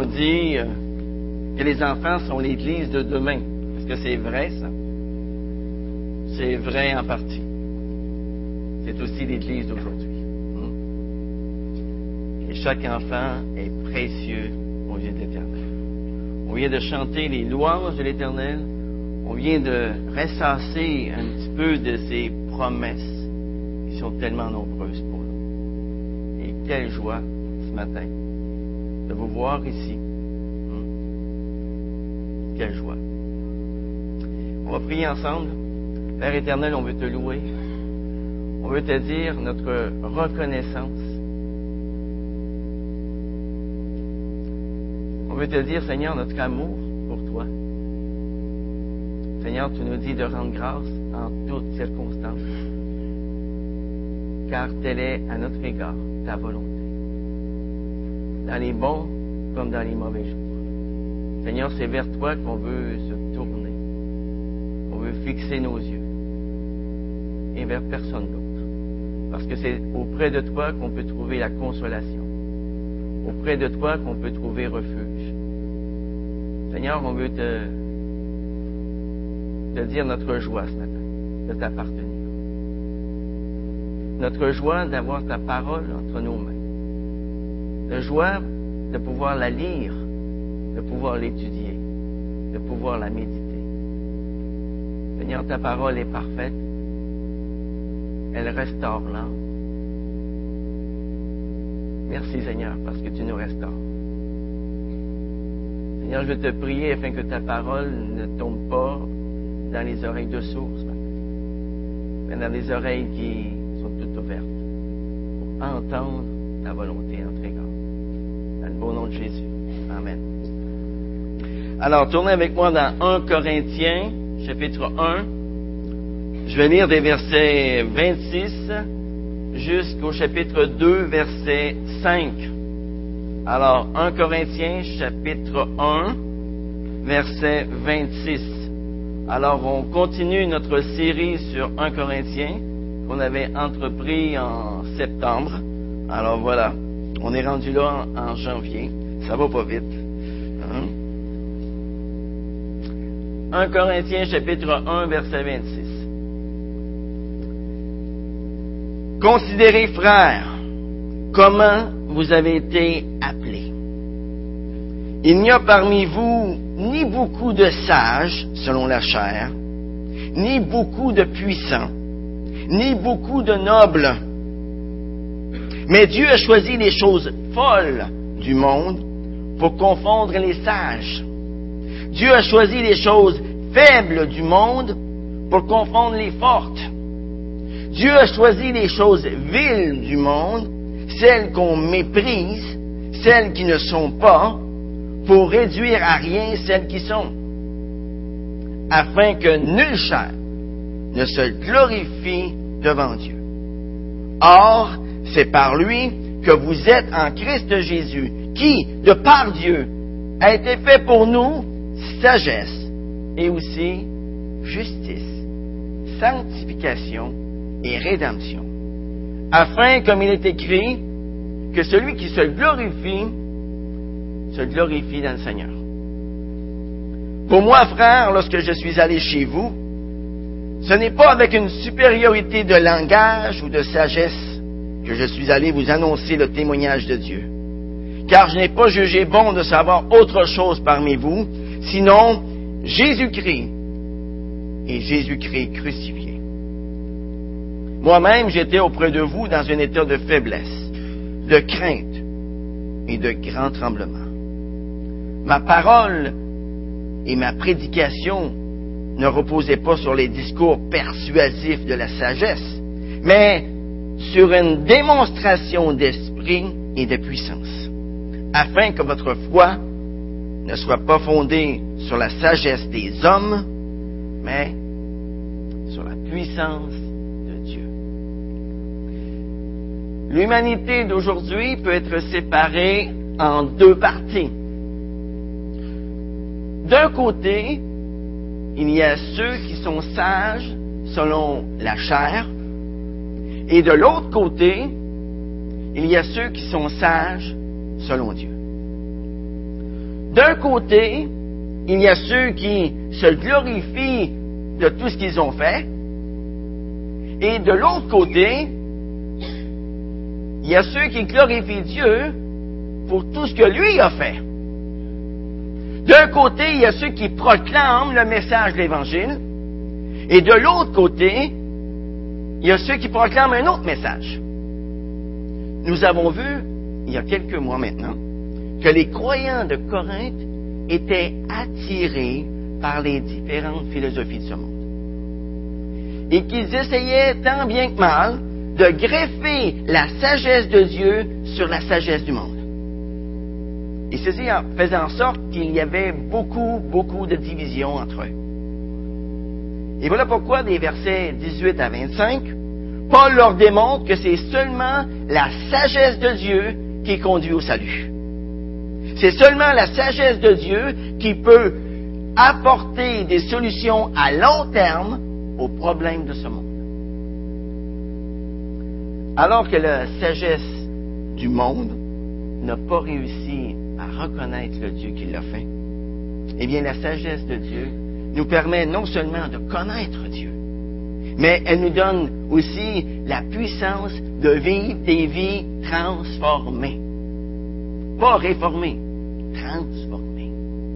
on dit que les enfants sont l'Église de demain. Est-ce que c'est vrai, ça? C'est vrai en partie. C'est aussi l'Église d'aujourd'hui. Et chaque enfant est précieux aux yeux de l'Éternel. On vient de chanter les louanges de l'Éternel. On vient de ressasser un petit peu de ses promesses qui sont tellement nombreuses pour nous. Et quelle joie ce matin de vous voir ici. Quelle joie. On va prier ensemble. Père éternel, on veut te louer. On veut te dire notre reconnaissance. On veut te dire, Seigneur, notre amour pour toi. Seigneur, tu nous dis de rendre grâce en toutes circonstances, car telle est à notre égard ta volonté, dans les bons comme dans les mauvais jours. Seigneur, c'est vers toi qu'on veut se tourner, qu'on veut fixer nos yeux, et vers personne d'autre, parce que c'est auprès de toi qu'on peut trouver la consolation, auprès de toi qu'on peut trouver refuge. Seigneur, on veut te dire notre joie ce matin, de t'appartenir. Notre joie d'avoir ta parole entre nos mains. La joie de pouvoir la lire, de pouvoir l'étudier, de pouvoir la méditer. Seigneur, ta parole est parfaite. Elle restaure l'âme. Merci Seigneur, parce que tu nous restaures. Seigneur, je veux te prier afin que ta parole ne tombe pas dans les oreilles de sourds ce matin, mais dans les oreilles qui sont toutes ouvertes pour entendre ta volonté à notre égard. Dans le beau nom de Jésus. Amen. Alors, tournez avec moi dans 1 Corinthiens, chapitre 1. Je vais lire des versets 26 jusqu'au chapitre 2, verset 5. Alors, 1 Corinthiens, chapitre 1, verset 26. Alors, on continue notre série sur 1 Corinthiens qu'on avait entrepris en septembre. Alors voilà, on est rendu là en janvier. Ça va pas vite. 1 Corinthiens, chapitre 1, verset 26. Considérez, frères, comment vous avez été appelés. Il n'y a parmi vous ni beaucoup de sages, selon la chair, ni beaucoup de puissants, ni beaucoup de nobles. Mais Dieu a choisi les choses folles du monde pour confondre les sages. Dieu a choisi les choses faibles du monde pour confondre les fortes. Dieu a choisi les choses viles du monde, celles qu'on méprise, celles qui ne sont pas, pour réduire à rien celles qui sont, afin que nulle chair ne se glorifie devant Dieu. Or, c'est par lui que vous êtes en Christ Jésus, qui, de par Dieu, a été fait pour nous sagesse et aussi justice, sanctification et rédemption, afin, comme il est écrit, que celui qui se glorifie dans le Seigneur. Pour moi, frère, lorsque je suis allé chez vous, ce n'est pas avec une supériorité de langage ou de sagesse que je suis allé vous annoncer le témoignage de Dieu, car je n'ai pas jugé bon de savoir autre chose parmi vous, sinon Jésus-Christ et Jésus-Christ crucifié. Moi-même, j'étais auprès de vous dans un état de faiblesse, de crainte et de grand tremblement. Ma parole et ma prédication ne reposaient pas sur les discours persuasifs de la sagesse, mais sur une démonstration d'esprit et de puissance, afin que votre foi ne soit pas fondée sur la sagesse des hommes, mais sur la puissance de Dieu. L'humanité d'aujourd'hui peut être séparée en deux parties. D'un côté, il y a ceux qui sont sages selon la chair, et de l'autre côté, il y a ceux qui sont sages selon Dieu. D'un côté, il y a ceux qui se glorifient de tout ce qu'ils ont fait, et de l'autre côté, il y a ceux qui glorifient Dieu pour tout ce que lui a fait. D'un côté, il y a ceux qui proclament le message de l'Évangile, et de l'autre côté, il y a ceux qui proclament un autre message. Nous avons vu, il y a quelques mois maintenant, que les croyants de Corinthe étaient attirés par les différentes philosophies de ce monde. Et qu'ils essayaient tant bien que mal de greffer la sagesse de Dieu sur la sagesse du monde. Et ceci faisait en sorte qu'il y avait beaucoup de divisions entre eux. Et voilà pourquoi, des versets 18 à 25, Paul leur démontre que c'est seulement la sagesse de Dieu qui conduit au salut. C'est seulement la sagesse de Dieu qui peut apporter des solutions à long terme aux problèmes de ce monde. Alors que la sagesse du monde n'a pas réussi à reconnaître le Dieu qui l'a fait, eh bien la sagesse de Dieu nous permet non seulement de connaître Dieu, mais elle nous donne aussi la puissance de vivre des vies transformées. Pas réformées, transformées.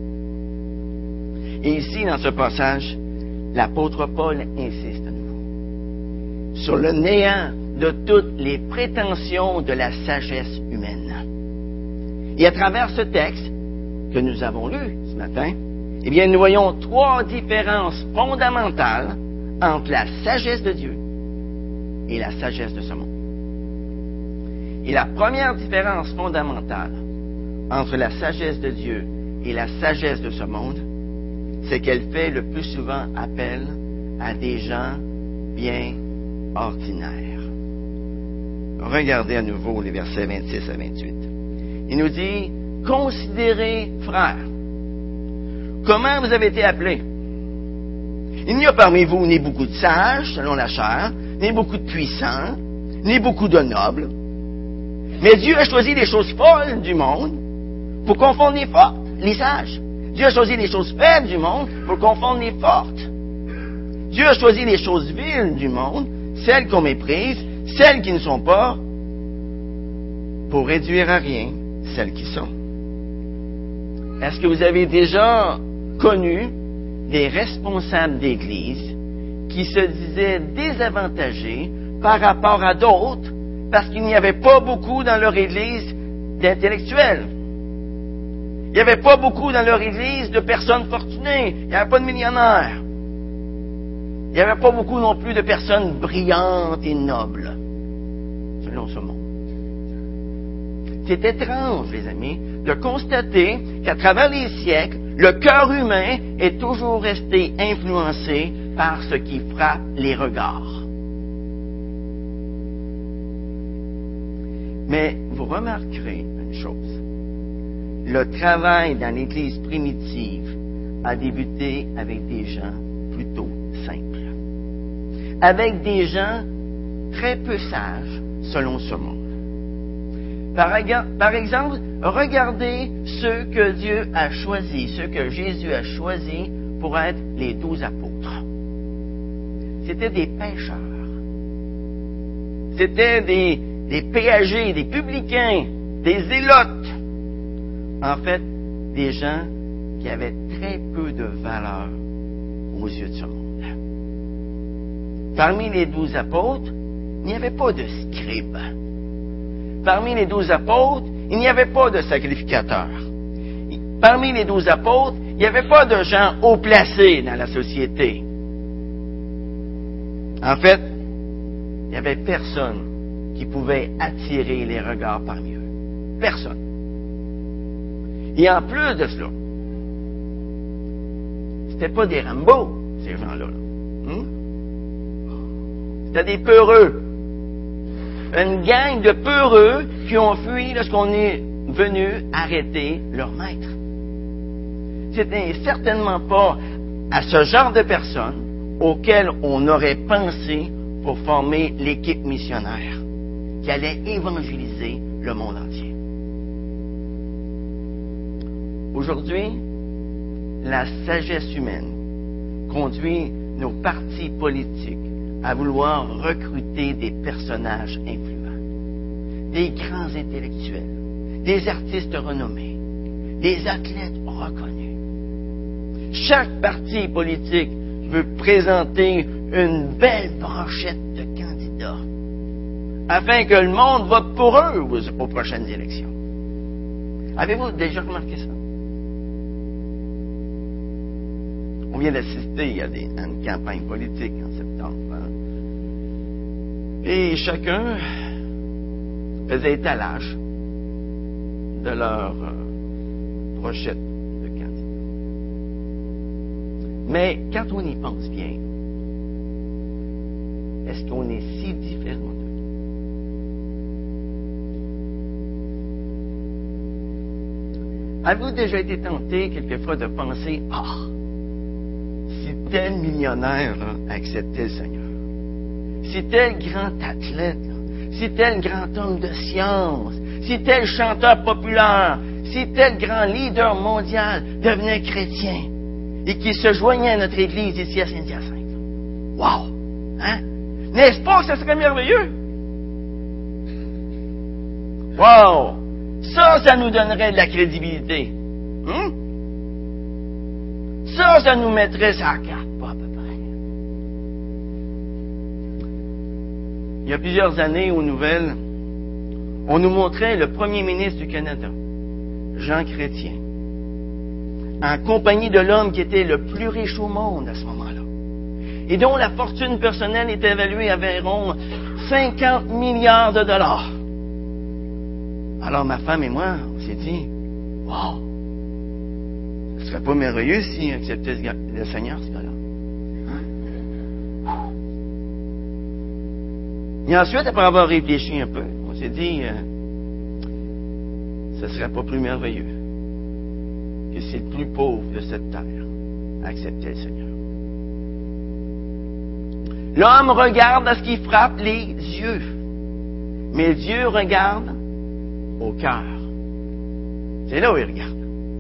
Et ici, dans ce passage, l'apôtre Paul insiste à nouveau sur le néant de toutes les prétentions de la sagesse humaine. Et à travers ce texte que nous avons lu ce matin, eh bien, nous voyons trois différences fondamentales entre la sagesse de Dieu et la sagesse de ce monde. Et la première différence fondamentale entre la sagesse de Dieu et la sagesse de ce monde, c'est qu'elle fait le plus souvent appel à des gens bien ordinaires. Regardez à nouveau les versets 26 à 28. Il nous dit, « Considérez, frères, comment vous avez été appelés. Il n'y a parmi vous ni beaucoup de sages, selon la chair, ni beaucoup de puissants, ni beaucoup de nobles. Mais Dieu a choisi les choses folles du monde pour confondre les sages. Dieu a choisi les choses faibles du monde pour confondre les fortes. Dieu a choisi les choses viles du monde, celles qu'on méprise, celles qui ne sont pas, pour réduire à rien celles qui sont. » Est-ce que vous avez déjà connu des responsables d'Église qui se disaient désavantagés par rapport à d'autres parce qu'il n'y avait pas beaucoup dans leur Église d'intellectuels? Il n'y avait pas beaucoup dans leur Église de personnes fortunées. Il n'y avait pas de millionnaires. Il n'y avait pas beaucoup non plus de personnes brillantes et nobles, selon ce monde. C'est étrange, les amis, de constater qu'à travers les siècles, le cœur humain est toujours resté influencé par ce qui frappe les regards. Mais vous remarquerez une chose. Le travail dans l'Église primitive a débuté avec des gens plutôt simples. Avec des gens très peu sages selon ce monde. Par exemple, regardez ceux que Dieu a choisis, ceux que Jésus a choisis pour être les 12 apôtres. C'était des pêcheurs. C'était des péagers, des publicains, des zélotes. En fait, des gens qui avaient très peu de valeur aux yeux de ce monde. Parmi les 12 apôtres, il n'y avait pas de scribes. Parmi les 12 apôtres, il n'y avait pas de sacrificateurs. Parmi les 12 apôtres, il n'y avait pas de gens haut placés dans la société. En fait, il n'y avait personne qui pouvait attirer les regards parmi eux. Personne. Et en plus de cela, c'était pas des Rambo, ces gens-là. C'était des peureux. Une gang de peureux qui ont fui lorsqu'on est venu arrêter leur maître. C'était certainement pas à ce genre de personnes auxquelles on aurait pensé pour former l'équipe missionnaire qui allait évangéliser le monde entier. Aujourd'hui, la sagesse humaine conduit nos partis politiques à vouloir recruter des personnages influents, des grands intellectuels, des artistes renommés, des athlètes reconnus. Chaque parti politique veut présenter une belle brochette de candidats afin que le monde vote pour eux aux prochaines élections. Avez-vous déjà remarqué ça? On vient d'assister à une campagne politique en septembre. Hein? Et chacun faisait étalage de leur brochette de candidats. Mais quand on y pense bien, est-ce qu'on est si différent d'eux? Avez-vous déjà été tenté quelquefois de penser, si tel millionnaire là, acceptait le Seigneur, si tel grand athlète, là, si tel grand homme de science, si tel chanteur populaire, si tel grand leader mondial devenait chrétien et qu'il se joignait à notre église ici à Saint-Hyacinthe. Wow! Hein? N'est-ce pas que ce serait merveilleux? Wow! Ça nous donnerait de la crédibilité. Ça nous mettrait sa carte, pas à peu près. Il y a plusieurs années, aux nouvelles, on nous montrait le premier ministre du Canada, Jean Chrétien, en compagnie de l'homme qui était le plus riche au monde à ce moment-là, et dont la fortune personnelle est évaluée à environ 50 milliards de dollars. Alors ma femme et moi, on s'est dit, wow, ce serait pas merveilleux s'il acceptait le Seigneur, ce gars-là. Hein? Et ensuite, après avoir réfléchi un peu, on s'est dit, ce serait pas plus merveilleux que c'est le plus pauvre de cette terre à accepter le Seigneur. L'homme regarde à ce qui frappe les yeux, mais Dieu regarde au cœur. C'est là où il regarde.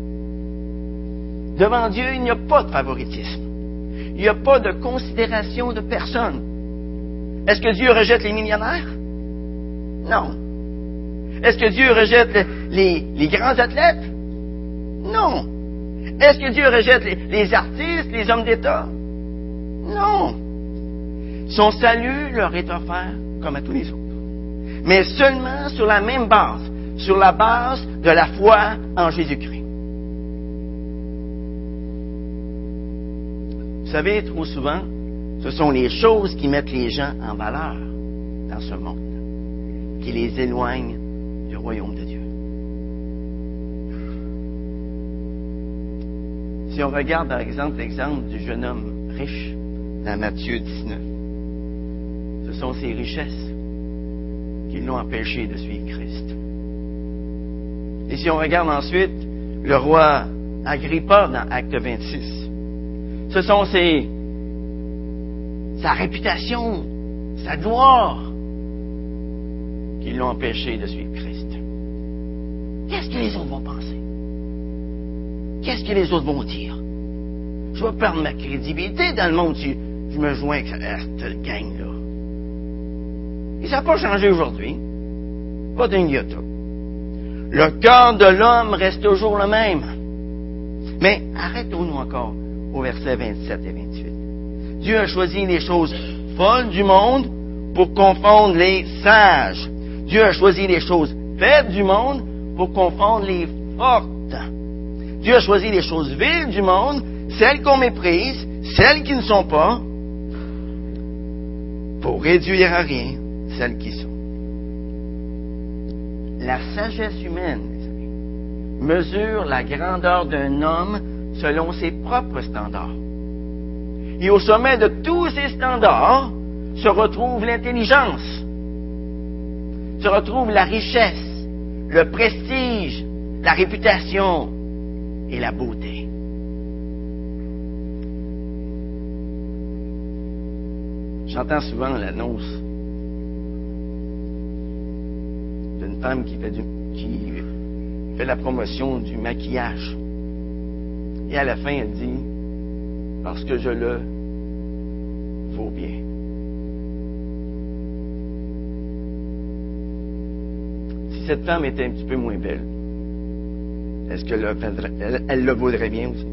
Devant Dieu, il n'y a pas de favoritisme. Il n'y a pas de considération de personne. Est-ce que Dieu rejette les millionnaires? Non. Est-ce que Dieu rejette les grands athlètes? Non. Est-ce que Dieu rejette les artistes, les hommes d'État? Non. Son salut leur est offert comme à tous les autres. Mais seulement sur la même base, sur la base de la foi en Jésus-Christ. Vous savez, trop souvent, ce sont les choses qui mettent les gens en valeur dans ce monde, qui les éloignent du royaume de Dieu. Si on regarde, par exemple, l'exemple du jeune homme riche dans Matthieu 19, ce sont ses richesses qui l'ont empêché de suivre Christ. Et si on regarde ensuite le roi Agrippa dans Acte 26, ce sont sa réputation, sa gloire qui l'ont empêché de suivre Christ. Qu'est-ce que les autres vont penser? Qu'est-ce que les autres vont dire? Je vais perdre ma crédibilité dans le monde si je me joins à cette gang-là. Et ça n'a pas changé aujourd'hui. Pas d'un iota. Le cœur de l'homme reste toujours le même. Mais arrêtons-nous encore au verset 27 et 28. Dieu a choisi les choses folles du monde pour confondre les sages. Dieu a choisi les choses faibles du monde pour confondre les fortes. Dieu a choisi les choses viles du monde, celles qu'on méprise, celles qui ne sont pas, pour réduire à rien celles qui sont. La sagesse humaine, mes amis, mesure la grandeur d'un homme selon ses propres standards. Et au sommet de tous ces standards se retrouve l'intelligence, se retrouve la richesse, le prestige, la réputation et la beauté. J'entends souvent l'annonce d'une femme qui fait la promotion du maquillage Et à la fin, elle dit, parce que je le vaux bien. Si cette femme était un petit peu moins belle, est-ce que elle le vaudrait bien aussi?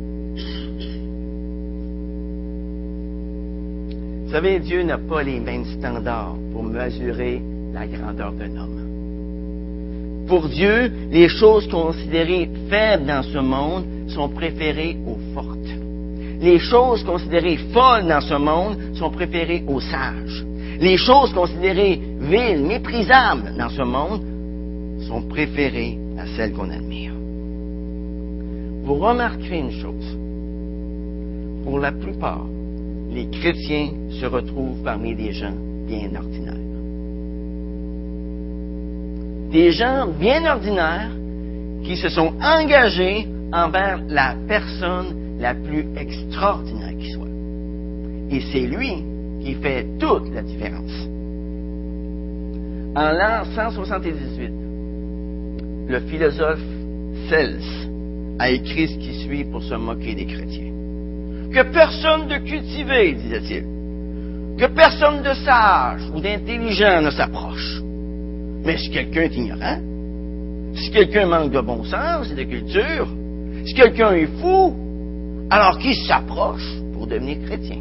Vous savez, Dieu n'a pas les mêmes standards pour mesurer la grandeur d'un homme. Pour Dieu, les choses considérées faibles dans ce monde sont préférées aux fortes. Les choses considérées folles dans ce monde sont préférées aux sages. Les choses considérées viles, méprisables dans ce monde sont préférées à celles qu'on admire. Vous remarquerez une chose. Pour la plupart, les chrétiens se retrouvent parmi des gens bien ordinaires. Des gens bien ordinaires qui se sont engagés envers la personne la plus extraordinaire qui soit. Et c'est lui qui fait toute la différence. En l'an 178, le philosophe Cels a écrit ce qui suit pour se moquer des chrétiens. Que personne de cultivé, disait-il, que personne de sage ou d'intelligent ne s'approche. Mais si quelqu'un est ignorant, si quelqu'un manque de bon sens et de culture, si quelqu'un est fou, alors qui s'approche pour devenir chrétien?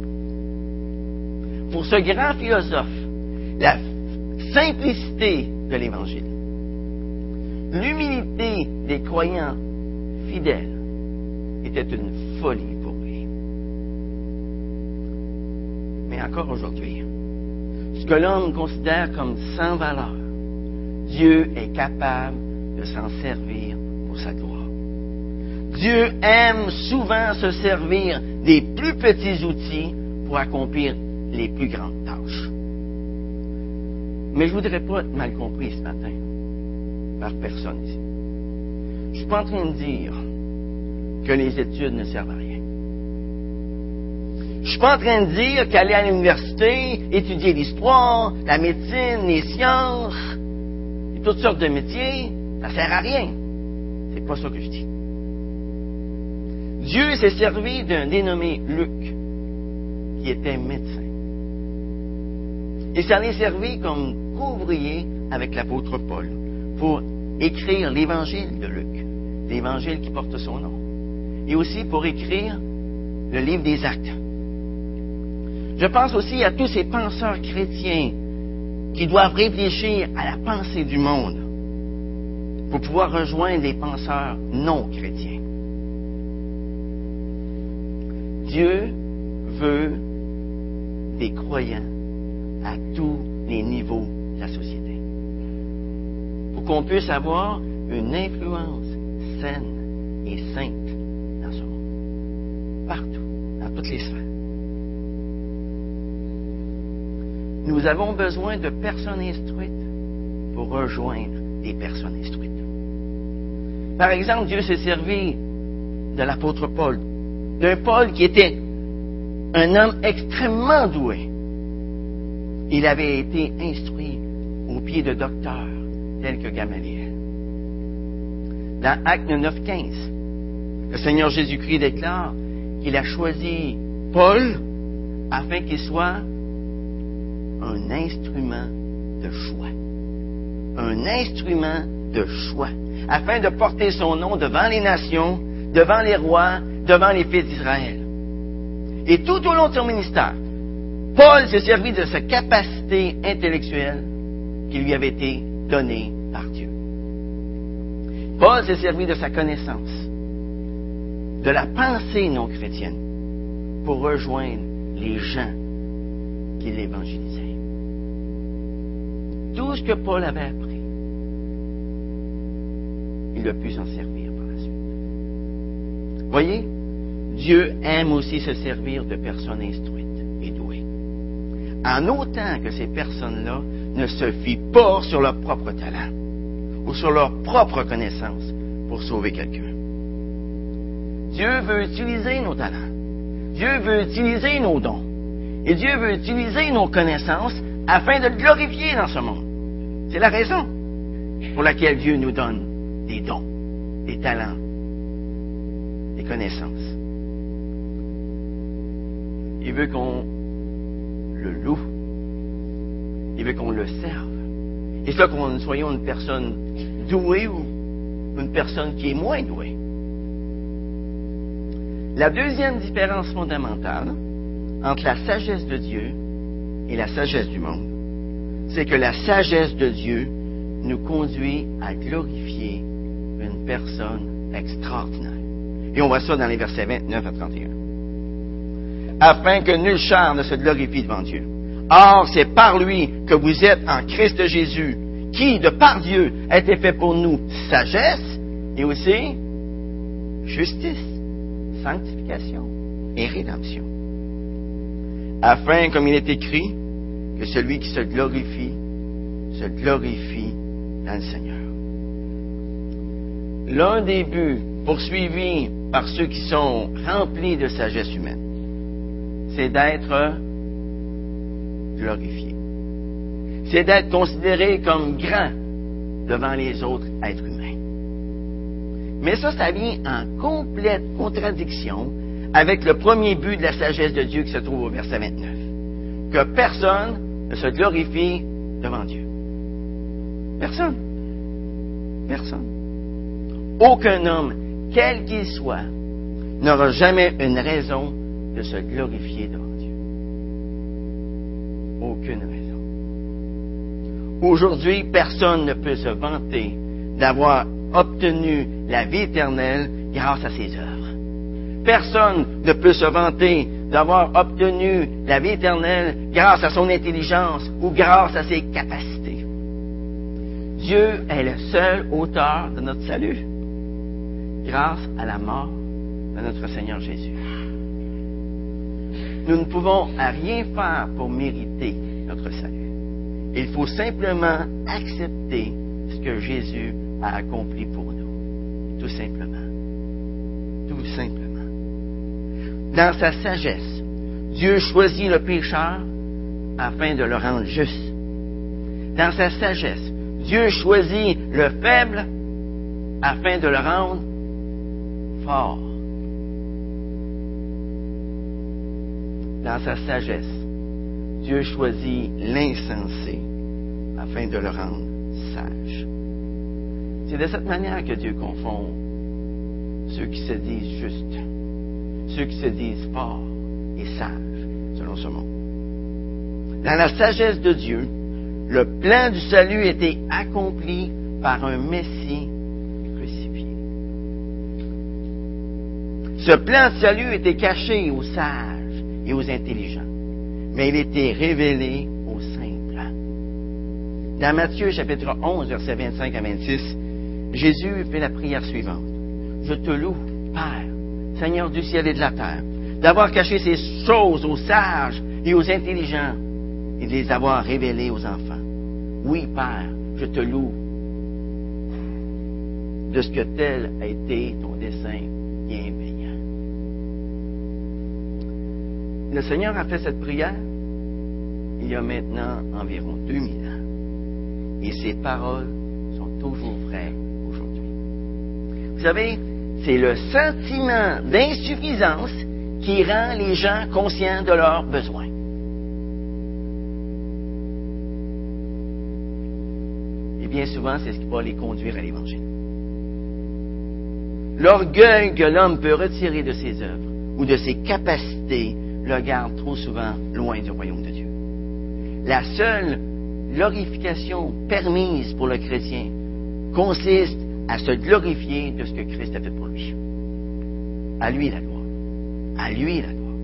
Pour ce grand philosophe, la simplicité de l'Évangile, l'humilité des croyants fidèles était une folie pour lui. Mais encore aujourd'hui, ce que l'homme considère comme sans valeur, Dieu est capable de s'en servir pour sa gloire. Dieu aime souvent se servir des plus petits outils pour accomplir les plus grandes tâches. Mais je ne voudrais pas être mal compris ce matin par personne ici. Je ne suis pas en train de dire que les études ne servent à rien. Je ne suis pas en train de dire qu'aller à l'université, étudier l'histoire, la médecine, les sciences, et toutes sortes de métiers, ça ne sert à rien. C'est pas ça que je dis. Dieu s'est servi d'un dénommé Luc, qui était médecin. Il s'en est servi comme couvrier avec l'apôtre Paul pour écrire l'évangile de Luc, l'évangile qui porte son nom, et aussi pour écrire le livre des Actes. Je pense aussi à tous ces penseurs chrétiens qui doivent réfléchir à la pensée du monde pour pouvoir rejoindre les penseurs non chrétiens. Dieu veut des croyants à tous les niveaux de la société, pour qu'on puisse avoir une influence saine et sainte dans ce monde, partout, dans toutes les sphères. Nous avons besoin de personnes instruites pour rejoindre des personnes instruites. Par exemple, Dieu s'est servi de l'apôtre Paul, d'un Paul qui était un homme extrêmement doué. Il avait été instruit au pied de docteurs tels que Gamaliel. Dans Actes 9:15, le Seigneur Jésus-Christ déclare qu'il a choisi Paul afin qu'il soit un instrument de choix. Un instrument de choix, afin de porter son nom devant les nations, devant les rois, devant les fils d'Israël. Et tout au long de son ministère, Paul s'est servi de sa capacité intellectuelle qui lui avait été donnée par Dieu. Paul s'est servi de sa connaissance, de la pensée non chrétienne, pour rejoindre les gens qu'il évangélisait. Tout ce que Paul avait appris, il a pu s'en servir par la suite. Voyez, Dieu aime aussi se servir de personnes instruites et douées, en autant que ces personnes-là ne se fient pas sur leur propre talent ou sur leur propre connaissance pour sauver quelqu'un. Dieu veut utiliser nos talents. Dieu veut utiliser nos dons. Et Dieu veut utiliser nos connaissances afin de le glorifier dans ce monde. C'est la raison pour laquelle Dieu nous donne des dons, des talents, des connaissances. Il veut qu'on le loue. Il veut qu'on le serve. Il veut qu'on nous soyons une personne douée ou une personne qui est moins douée. La deuxième différence fondamentale entre la sagesse de Dieu et la sagesse du monde, c'est que la sagesse de Dieu nous conduit à glorifier une personne extraordinaire. Et on voit ça dans les versets 29 à 31. Afin que nulle chair ne se glorifie devant Dieu. Or, c'est par lui que vous êtes en Christ Jésus, qui, de par Dieu, a été fait pour nous sagesse et aussi justice, sanctification et rédemption. Afin, comme il est écrit, que celui qui se glorifie dans le Seigneur. L'un des buts poursuivis par ceux qui sont remplis de sagesse humaine, c'est d'être glorifié. C'est d'être considéré comme grand devant les autres êtres humains. Mais ça vient en complète contradiction avec le premier but de la sagesse de Dieu qui se trouve au verset 29. Que personne ne se glorifie devant Dieu. Personne. Personne. Aucun homme, quel qu'il soit, n'aura jamais une raison de se glorifier devant Dieu. Aucune raison. Aujourd'hui, personne ne peut se vanter d'avoir obtenu la vie éternelle grâce à ses œuvres. Personne ne peut se vanter d'avoir obtenu la vie éternelle grâce à son intelligence ou grâce à ses capacités. Dieu est le seul auteur de notre salut, grâce à la mort de notre Seigneur Jésus. Nous ne pouvons rien faire pour mériter notre salut. Il faut simplement accepter ce que Jésus a accompli pour nous. Tout simplement. Tout simplement. Dans sa sagesse, Dieu choisit le pécheur afin de le rendre juste. Dans sa sagesse, Dieu choisit le faible afin de le rendre fort. Dans sa sagesse, Dieu choisit l'insensé afin de le rendre sage. C'est de cette manière que Dieu confond ceux qui se disent justes, ceux qui se disent forts et sages, selon ce monde. Dans la sagesse de Dieu, le plan du salut était accompli par un Messie crucifié. Ce plan de salut était caché aux sages et aux intelligents, mais il était révélé aux simples. Dans Matthieu chapitre 11, versets 25 à 26, Jésus fait la prière suivante. Je te loue, Père, Seigneur du ciel et de la terre, d'avoir caché ces choses aux sages et aux intelligents et de les avoir révélées aux enfants. Oui, Père, je te loue de ce que tel a été ton dessein bienveillant. Le Seigneur a fait cette prière il y a maintenant environ 2000 ans. Et ses paroles sont toujours vraies aujourd'hui. Vous savez, c'est le sentiment d'insuffisance qui rend les gens conscients de leurs besoins. Et bien souvent, c'est ce qui va les conduire à l'Évangile. L'orgueil que l'homme peut retirer de ses œuvres ou de ses capacités le garde trop souvent loin du royaume de Dieu. La seule glorification permise pour le chrétien consiste à se glorifier de ce que Christ a fait pour lui. À lui la gloire. À lui la gloire.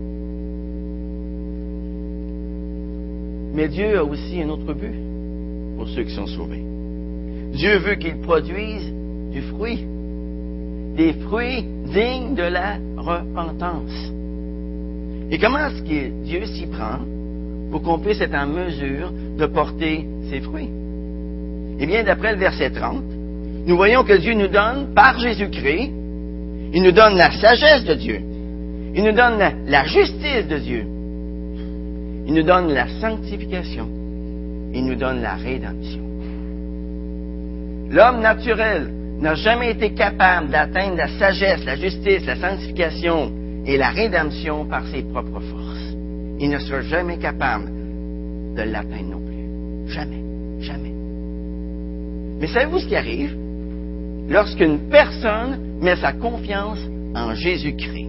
Mais Dieu a aussi un autre but pour ceux qui sont sauvés. Dieu veut qu'ils produisent du fruit. Des fruits dignes de la repentance. Et comment est-ce que Dieu s'y prend pour qu'on puisse être en mesure de porter ses fruits? Eh bien, d'après le verset 30, nous voyons que Dieu nous donne, par Jésus-Christ, il nous donne la sagesse de Dieu. Il nous donne la justice de Dieu. Il nous donne la sanctification. Il nous donne la rédemption. L'homme naturel n'a jamais été capable d'atteindre la sagesse, la justice, la sanctification et la rédemption par ses propres forces. Il ne sera jamais capable de l'atteindre non plus. Jamais. Jamais. Mais savez-vous ce qui arrive? Lorsqu'une personne met sa confiance en Jésus-Christ.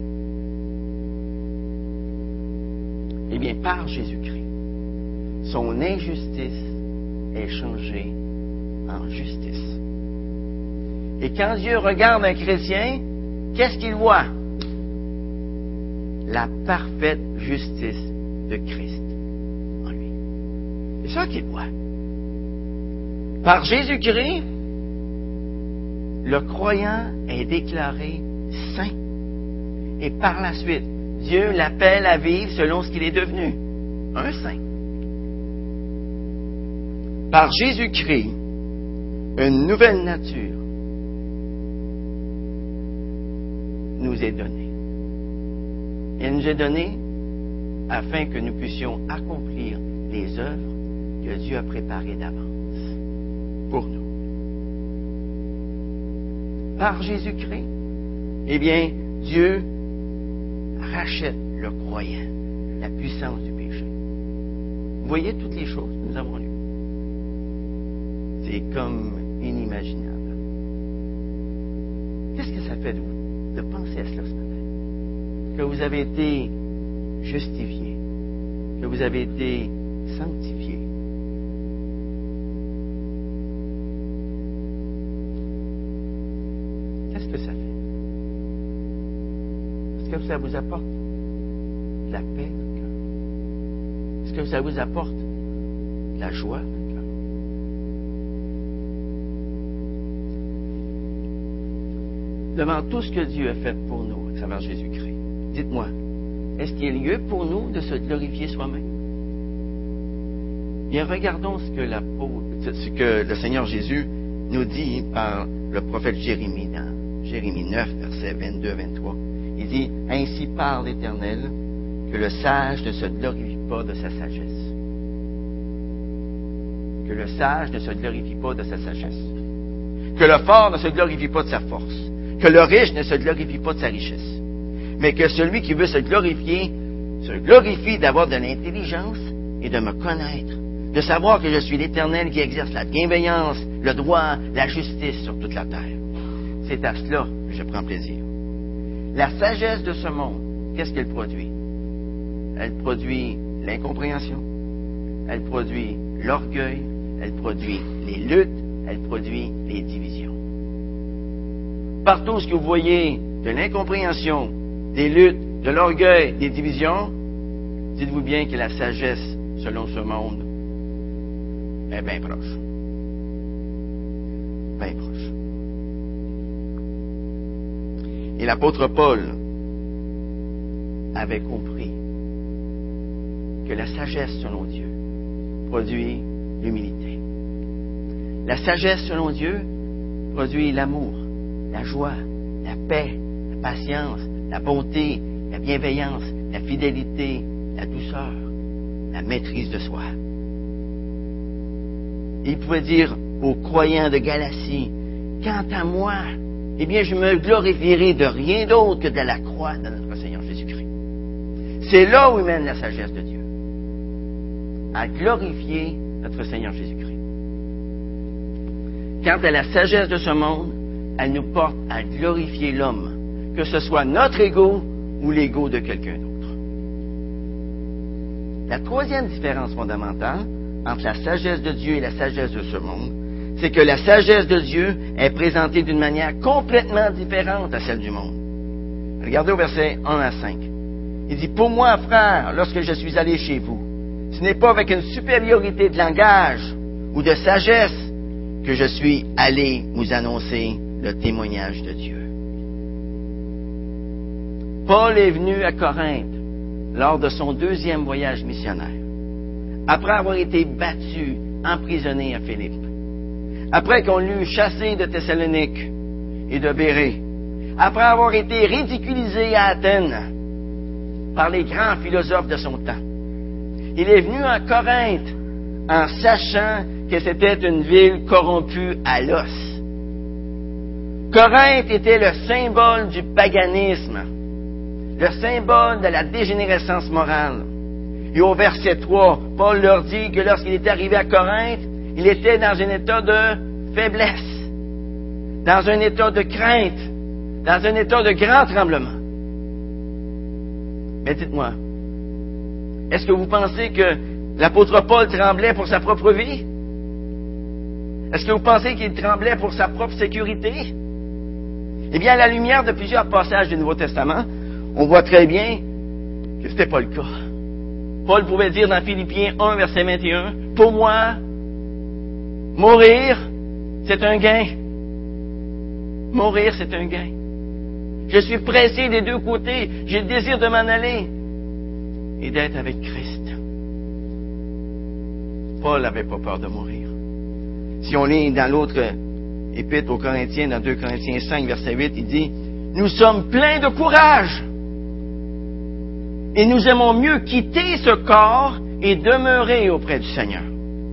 Eh bien, par Jésus-Christ, son injustice est changée en justice. Et quand Dieu regarde un chrétien, qu'est-ce qu'il voit? La parfaite justice de Christ en lui. C'est ça qu'il voit. Par Jésus-Christ, le croyant est déclaré saint. Et par la suite, Dieu l'appelle à vivre selon ce qu'il est devenu, un saint. Par Jésus-Christ, une nouvelle nature nous est donnée. Elle nous est donnée afin que nous puissions accomplir les œuvres que Dieu a préparées d'avance pour nous. Par Jésus-Christ, eh bien, Dieu rachète le croyant, la puissance du péché. Vous voyez toutes les choses que nous avons lues. C'est comme inimaginable. Qu'est-ce que ça fait de vous de penser à cela ce matin? Que vous avez été justifié, que vous avez été sanctifié. Qu'est-ce que ça fait? Est-ce que ça vous apporte de la paix dans le cœur? Est-ce que ça vous apporte de la joie dans le cœur? Devant tout ce que Dieu a fait pour nous à travers Jésus-Christ, dites-moi, est-ce qu'il y a lieu pour nous de se glorifier soi-même? Bien, regardons ce que le Seigneur Jésus nous dit par le prophète Jérémie dans Jérémie 9, versets 22-23. Il dit, « Ainsi parle l'Éternel, que le sage ne se glorifie pas de sa sagesse. » Que le sage ne se glorifie pas de sa sagesse. Que le fort ne se glorifie pas de sa force. Que le riche ne se glorifie pas de sa richesse. Mais que celui qui veut se glorifie d'avoir de l'intelligence et de me connaître. De savoir que je suis l'Éternel qui exerce la bienveillance, le droit, la justice sur toute la terre. C'est à cela que je prends plaisir. La sagesse de ce monde, qu'est-ce qu'elle produit? Elle produit l'incompréhension, elle produit l'orgueil, elle produit les luttes, elle produit les divisions. Partout ce que vous voyez de l'incompréhension, des luttes, de l'orgueil, des divisions, dites-vous bien que la sagesse, selon ce monde, est bien proche. Bien proche. Et l'apôtre Paul avait compris que la sagesse selon Dieu produit l'humilité. La sagesse selon Dieu produit l'amour, la joie, la paix, la patience, la bonté, la bienveillance, la fidélité, la douceur, la maîtrise de soi. Il pouvait dire aux croyants de Galatie, « Quant à moi, eh bien, je me glorifierai de rien d'autre que de la croix de notre Seigneur Jésus-Christ. » C'est là où il mène la sagesse de Dieu, à glorifier notre Seigneur Jésus-Christ. Quant à la sagesse de ce monde, elle nous porte à glorifier l'homme, que ce soit notre ego ou l'ego de quelqu'un d'autre. La troisième différence fondamentale entre la sagesse de Dieu et la sagesse de ce monde, c'est que la sagesse de Dieu est présentée d'une manière complètement différente à celle du monde. Regardez au verset 1 à 5. Il dit, « Pour moi, frère, lorsque je suis allé chez vous, ce n'est pas avec une supériorité de langage ou de sagesse que je suis allé vous annoncer le témoignage de Dieu. » Paul est venu à Corinthe lors de son deuxième voyage missionnaire, après avoir été battu, emprisonné à Philippe, après qu'on l'eut chassé de Thessalonique et de Bérée, après avoir été ridiculisé à Athènes par les grands philosophes de son temps. Il est venu à Corinthe en sachant que c'était une ville corrompue à l'os. Corinthe était le symbole du paganisme, le symbole de la dégénérescence morale. Et au verset 3, Paul leur dit que lorsqu'il était arrivé à Corinthe, il était dans un état de faiblesse, dans un état de crainte, dans un état de grand tremblement. Mais dites-moi, est-ce que vous pensez que l'apôtre Paul tremblait pour sa propre vie? Est-ce que vous pensez qu'il tremblait pour sa propre sécurité? Eh bien, à la lumière de plusieurs passages du Nouveau Testament, on voit très bien que ce n'était pas le cas. Paul pouvait dire dans Philippiens 1, verset 21, « Pour moi, mourir, c'est un gain. Mourir, c'est un gain. Je suis pressé des deux côtés. J'ai le désir de m'en aller et d'être avec Christ. » Paul n'avait pas peur de mourir. Si on lit dans l'autre épître aux Corinthiens, dans 2 Corinthiens 5, verset 8, il dit, « Nous sommes pleins de courage et nous aimons mieux quitter ce corps et demeurer auprès du Seigneur. »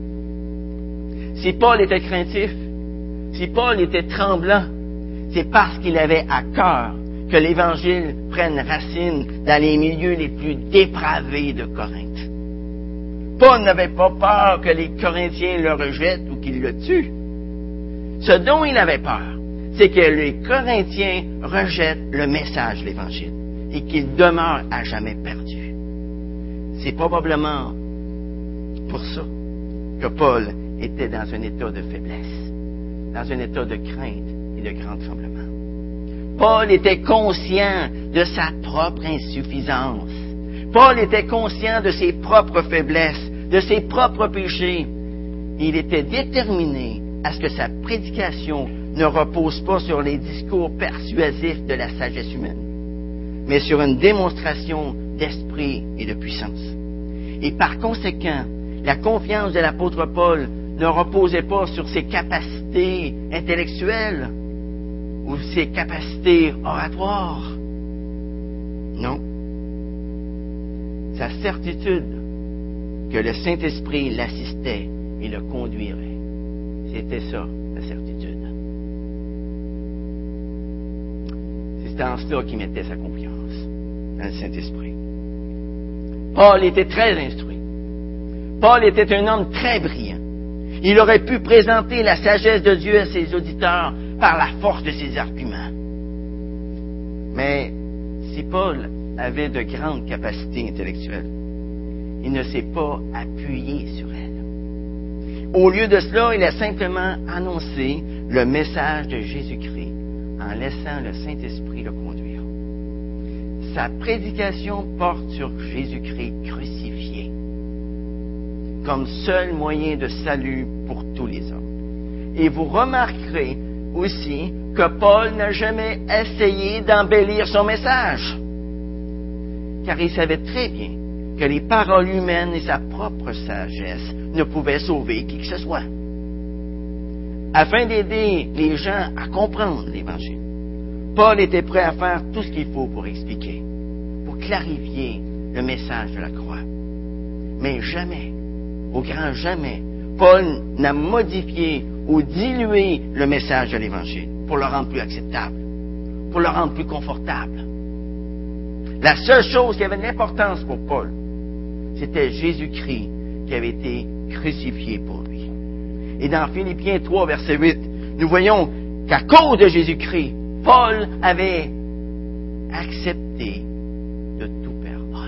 Si Paul était craintif, si Paul était tremblant, c'est parce qu'il avait à cœur que l'Évangile prenne racine dans les milieux les plus dépravés de Corinthe. Paul n'avait pas peur que les Corinthiens le rejettent ou qu'ils le tuent. Ce dont il avait peur, c'est que les Corinthiens rejettent le message de l'Évangile et qu'ils demeurent à jamais perdus. C'est probablement pour ça que Paul était dans un état de faiblesse, dans un état de crainte et de grand tremblement. Paul était conscient de sa propre insuffisance. Paul était conscient de ses propres faiblesses, de ses propres péchés. Il était déterminé à ce que sa prédication ne repose pas sur les discours persuasifs de la sagesse humaine, mais sur une démonstration d'esprit et de puissance. Et par conséquent, la confiance de l'apôtre Paul ne reposait pas sur ses capacités intellectuelles ou ses capacités oratoires. Non. Sa certitude que le Saint-Esprit l'assistait et le conduirait. C'était ça, la certitude. C'est en cela qu'il mettait sa confiance, dans le Saint-Esprit. Paul était très instruit. Paul était un homme très brillant. Il aurait pu présenter la sagesse de Dieu à ses auditeurs par la force de ses arguments. Mais si Paul avait de grandes capacités intellectuelles, il ne s'est pas appuyé sur elles. Au lieu de cela, il a simplement annoncé le message de Jésus-Christ en laissant le Saint-Esprit le conduire. Sa prédication porte sur Jésus-Christ crucifié comme seul moyen de salut pour tous les hommes. Et vous remarquerez aussi que Paul n'a jamais essayé d'embellir son message, car il savait très bien que les paroles humaines et sa propre sagesse ne pouvaient sauver qui que ce soit. Afin d'aider les gens à comprendre l'Évangile, Paul était prêt à faire tout ce qu'il faut pour expliquer, pour clarifier le message de la croix. Mais jamais, au grand jamais, Paul n'a modifié ou dilué le message de l'Évangile pour le rendre plus acceptable, pour le rendre plus confortable. La seule chose qui avait de l'importance pour Paul, c'était Jésus-Christ qui avait été crucifié pour lui. Et dans Philippiens 3, verset 8, nous voyons qu'à cause de Jésus-Christ, Paul avait accepté de tout perdre.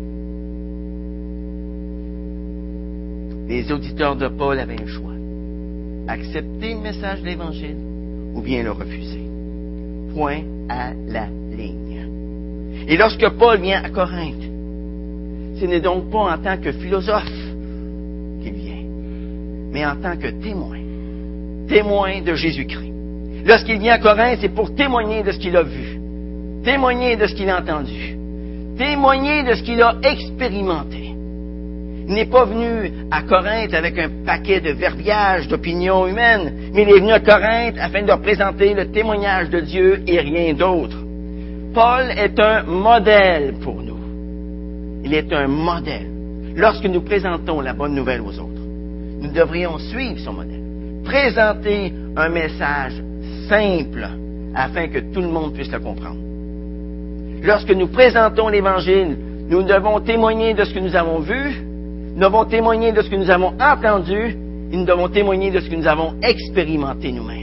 Les auditeurs de Paul avaient un choix. Accepter le message de l'Évangile ou bien le refuser. Point à la ligne. Et lorsque Paul vient à Corinthe, ce n'est donc pas en tant que philosophe qu'il vient, mais en tant que témoin. Témoin de Jésus-Christ. Lorsqu'il vient à Corinthe, c'est pour témoigner de ce qu'il a vu, témoigner de ce qu'il a entendu, témoigner de ce qu'il a expérimenté. Il n'est pas venu à Corinthe avec un paquet de verbiage, d'opinions humaines, mais il est venu à Corinthe afin de leur présenter le témoignage de Dieu et rien d'autre. Paul est un modèle pour nous. Il est un modèle. Lorsque nous présentons la bonne nouvelle aux autres, nous devrions suivre son modèle. Présenter un message simple, afin que tout le monde puisse le comprendre. Lorsque nous présentons l'Évangile, nous devons témoigner de ce que nous avons vu, nous devons témoigner de ce que nous avons entendu, et nous devons témoigner de ce que nous avons expérimenté nous-mêmes.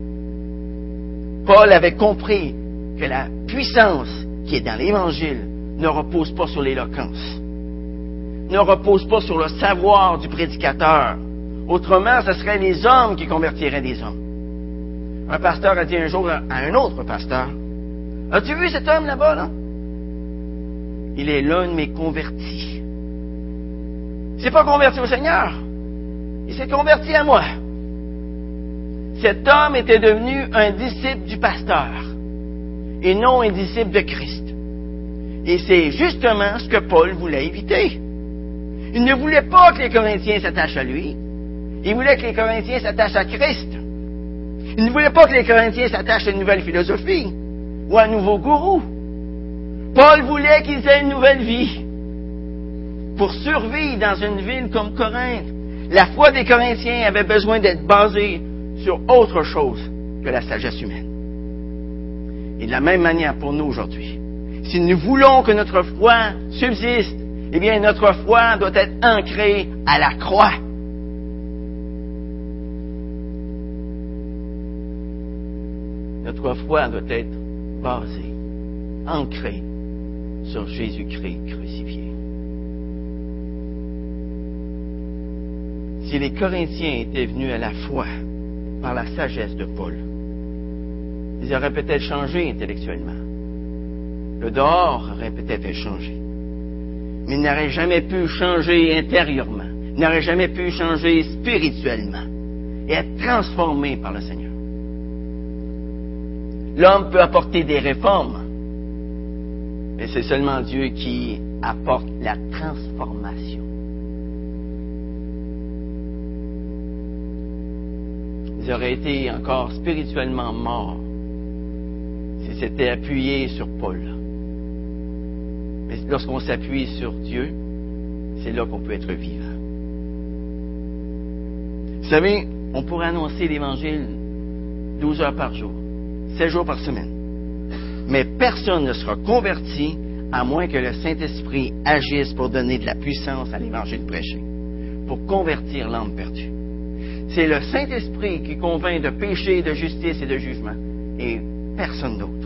Paul avait compris que la puissance qui est dans l'Évangile ne repose pas sur l'éloquence, ne repose pas sur le savoir du prédicateur. Autrement, ce seraient les hommes qui convertiraient des hommes. Un pasteur a dit un jour à un autre pasteur, « As-tu vu cet homme là-bas, là? Il est l'un de mes convertis. Il ne s'est pas converti au Seigneur. Il s'est converti à moi. » Cet homme était devenu un disciple du pasteur et non un disciple de Christ. Et c'est justement ce que Paul voulait éviter. Il ne voulait pas que les Corinthiens s'attachent à lui. Il voulait que les Corinthiens s'attachent à Christ. Il ne voulait pas que les Corinthiens s'attachent à une nouvelle philosophie ou à un nouveau gourou. Paul voulait qu'ils aient une nouvelle vie. Pour survivre dans une ville comme Corinthe, la foi des Corinthiens avait besoin d'être basée sur autre chose que la sagesse humaine. Et de la même manière pour nous aujourd'hui. Si nous voulons que notre foi subsiste, eh bien notre foi doit être ancrée à la croix. Notre foi doit être basée, ancrée sur Jésus-Christ crucifié. Si les Corinthiens étaient venus à la foi par la sagesse de Paul, ils auraient peut-être changé intellectuellement. Le dehors aurait peut-être changé. Mais ils n'auraient jamais pu changer intérieurement. Ils n'auraient jamais pu changer spirituellement et être transformés par le Seigneur. L'homme peut apporter des réformes, mais c'est seulement Dieu qui apporte la transformation. Ils auraient été encore spirituellement morts s'ils s'étaient appuyés sur Paul. Mais lorsqu'on s'appuie sur Dieu, c'est là qu'on peut être vivant. Vous savez, on pourrait annoncer l'Évangile 12 heures par jour, 7 jours par semaine. Mais personne ne sera converti à moins que le Saint-Esprit agisse pour donner de la puissance à l'Évangile prêché, pour convertir l'âme perdue. C'est le Saint-Esprit qui convainc de péché, de justice et de jugement, et personne d'autre.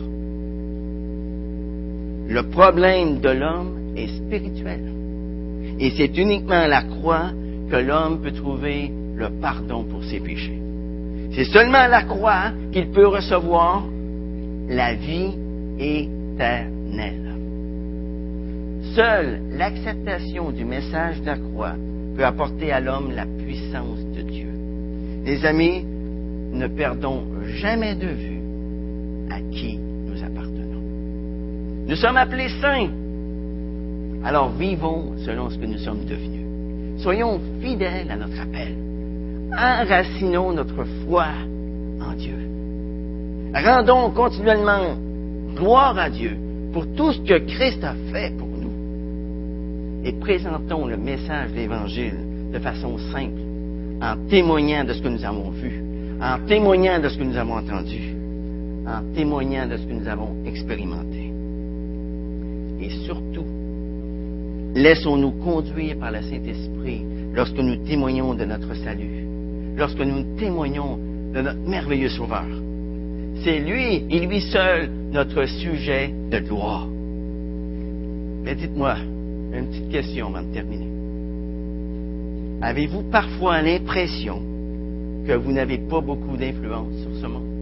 Le problème de l'homme est spirituel. Et c'est uniquement à la croix que l'homme peut trouver le pardon pour ses péchés. C'est seulement à la croix qu'il peut recevoir la vie éternelle. Seule l'acceptation du message de la croix peut apporter à l'homme la puissance de Dieu. Les amis, ne perdons jamais de vue à qui nous appartenons. Nous sommes appelés saints. Alors vivons selon ce que nous sommes devenus. Soyons fidèles à notre appel. Enracinons notre foi en Dieu. Rendons continuellement gloire à Dieu pour tout ce que Christ a fait pour nous. Et présentons le message de l'Évangile de façon simple, en témoignant de ce que nous avons vu, en témoignant de ce que nous avons entendu, en témoignant de ce que nous avons expérimenté. Et surtout, laissons-nous conduire par le Saint-Esprit lorsque nous témoignons de notre salut, lorsque nous témoignons de notre merveilleux Sauveur. C'est lui, et lui seul, notre sujet de gloire. Mais dites-moi, une petite question avant de terminer. Avez-vous parfois l'impression que vous n'avez pas beaucoup d'influence sur ce monde?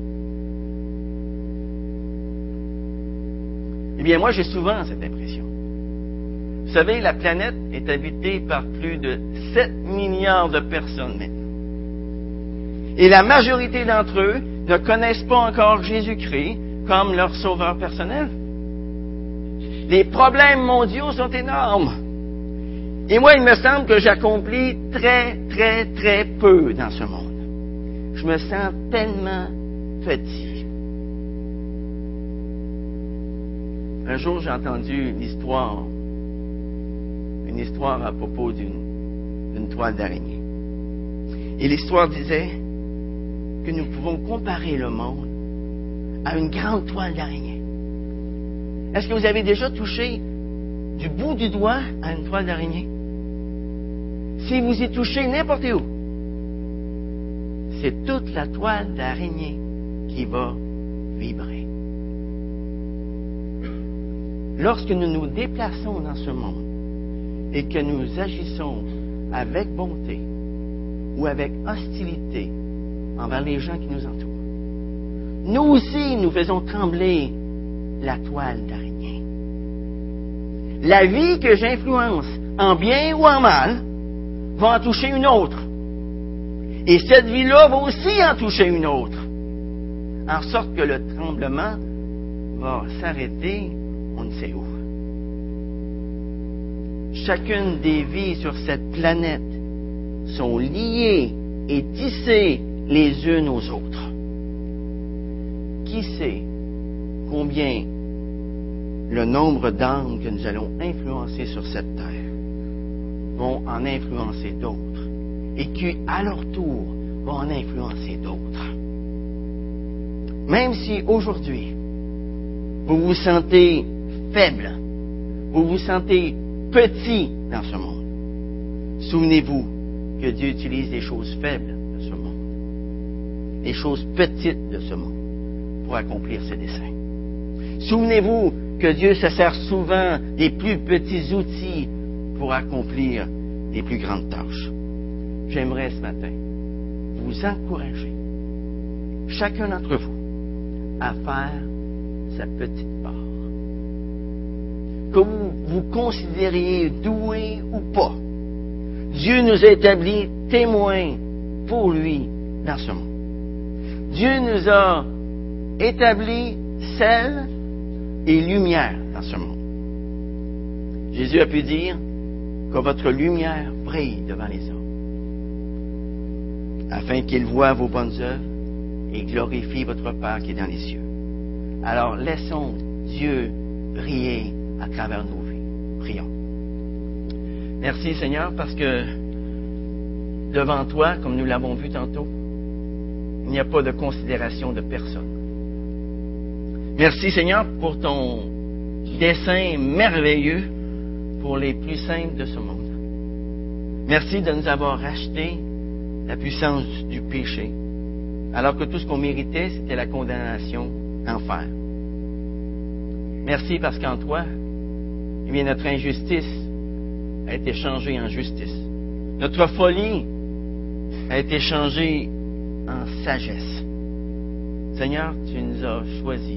Eh bien, moi, j'ai souvent cette impression. Vous savez, la planète est habitée par plus de 7 milliards de personnes maintenant. Et la majorité d'entre eux ne connaissent pas encore Jésus-Christ comme leur sauveur personnel. Les problèmes mondiaux sont énormes. Et moi, il me semble que j'accomplis très, très, très peu dans ce monde. Je me sens tellement petit. Un jour, j'ai entendu une histoire à propos d'une toile d'araignée. Et l'histoire disait que nous pouvons comparer le monde à une grande toile d'araignée. Est-ce que vous avez déjà touché du bout du doigt à une toile d'araignée? Si vous y touchez n'importe où, c'est toute la toile d'araignée qui va vibrer. Lorsque nous nous déplaçons dans ce monde et que nous agissons avec bonté ou avec hostilité envers les gens qui nous entourent, nous aussi, nous faisons trembler la toile d'araignée. La vie que j'influence, en bien ou en mal, va en toucher une autre. Et cette vie-là va aussi en toucher une autre. En sorte que le tremblement va s'arrêter, on ne sait où. Chacune des vies sur cette planète sont liées et tissées les unes aux autres. Qui sait combien le nombre d'âmes que nous allons influencer sur cette terre vont en influencer d'autres et qui, à leur tour, vont en influencer d'autres. Même si aujourd'hui, vous vous sentez faible, vous vous sentez petit dans ce monde, souvenez-vous que Dieu utilise les choses faibles de ce monde, les choses petites de ce monde, pour accomplir ses desseins. Souvenez-vous que Dieu se sert souvent des plus petits outils pour accomplir les plus grandes tâches. J'aimerais ce matin vous encourager, chacun d'entre vous, à faire sa petite part. Que vous vous considériez doué ou pas, Dieu nous a établis témoins pour lui dans ce monde. Dieu nous a établis sel et lumière dans ce monde. Jésus a pu dire que votre lumière brille devant les hommes, afin qu'ils voient vos bonnes œuvres et glorifient votre Père qui est dans les cieux. Alors laissons Dieu briller à travers nos vies. Prions. Merci Seigneur, parce que devant toi, comme nous l'avons vu tantôt, il n'y a pas de considération de personne. Merci Seigneur pour ton dessein merveilleux pour les plus simples de ce monde. Merci de nous avoir racheté la puissance du péché, alors que tout ce qu'on méritait, c'était la condamnation, l'enfer. Merci parce qu'en toi, eh bien, notre injustice a été changée en justice. Notre folie a été changée en sagesse. Seigneur, tu nous as choisis.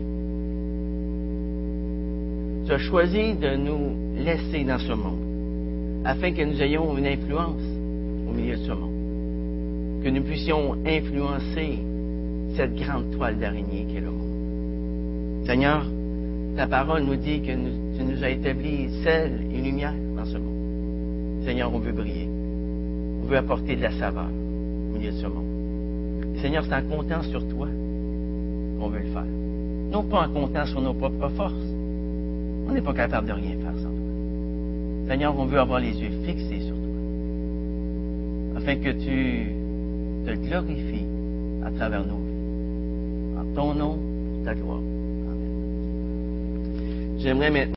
Tu as choisi de nous laisser dans ce monde, afin que nous ayons une influence au milieu de ce monde. Que nous puissions influencer cette grande toile d'araignée qui est le monde. Seigneur, ta parole nous dit que tu nous as établi sel et lumière dans ce monde. Seigneur, on veut briller. On veut apporter de la saveur au milieu de ce monde. Seigneur, c'est en comptant sur toi qu'on veut le faire. Non pas en comptant sur nos propres forces. On n'est pas capable de rien faire sans toi. Seigneur, on veut avoir les yeux fixés sur toi, afin que tu te glorifies à travers nos vies. En ton nom, pour ta gloire. Amen. J'aimerais maintenant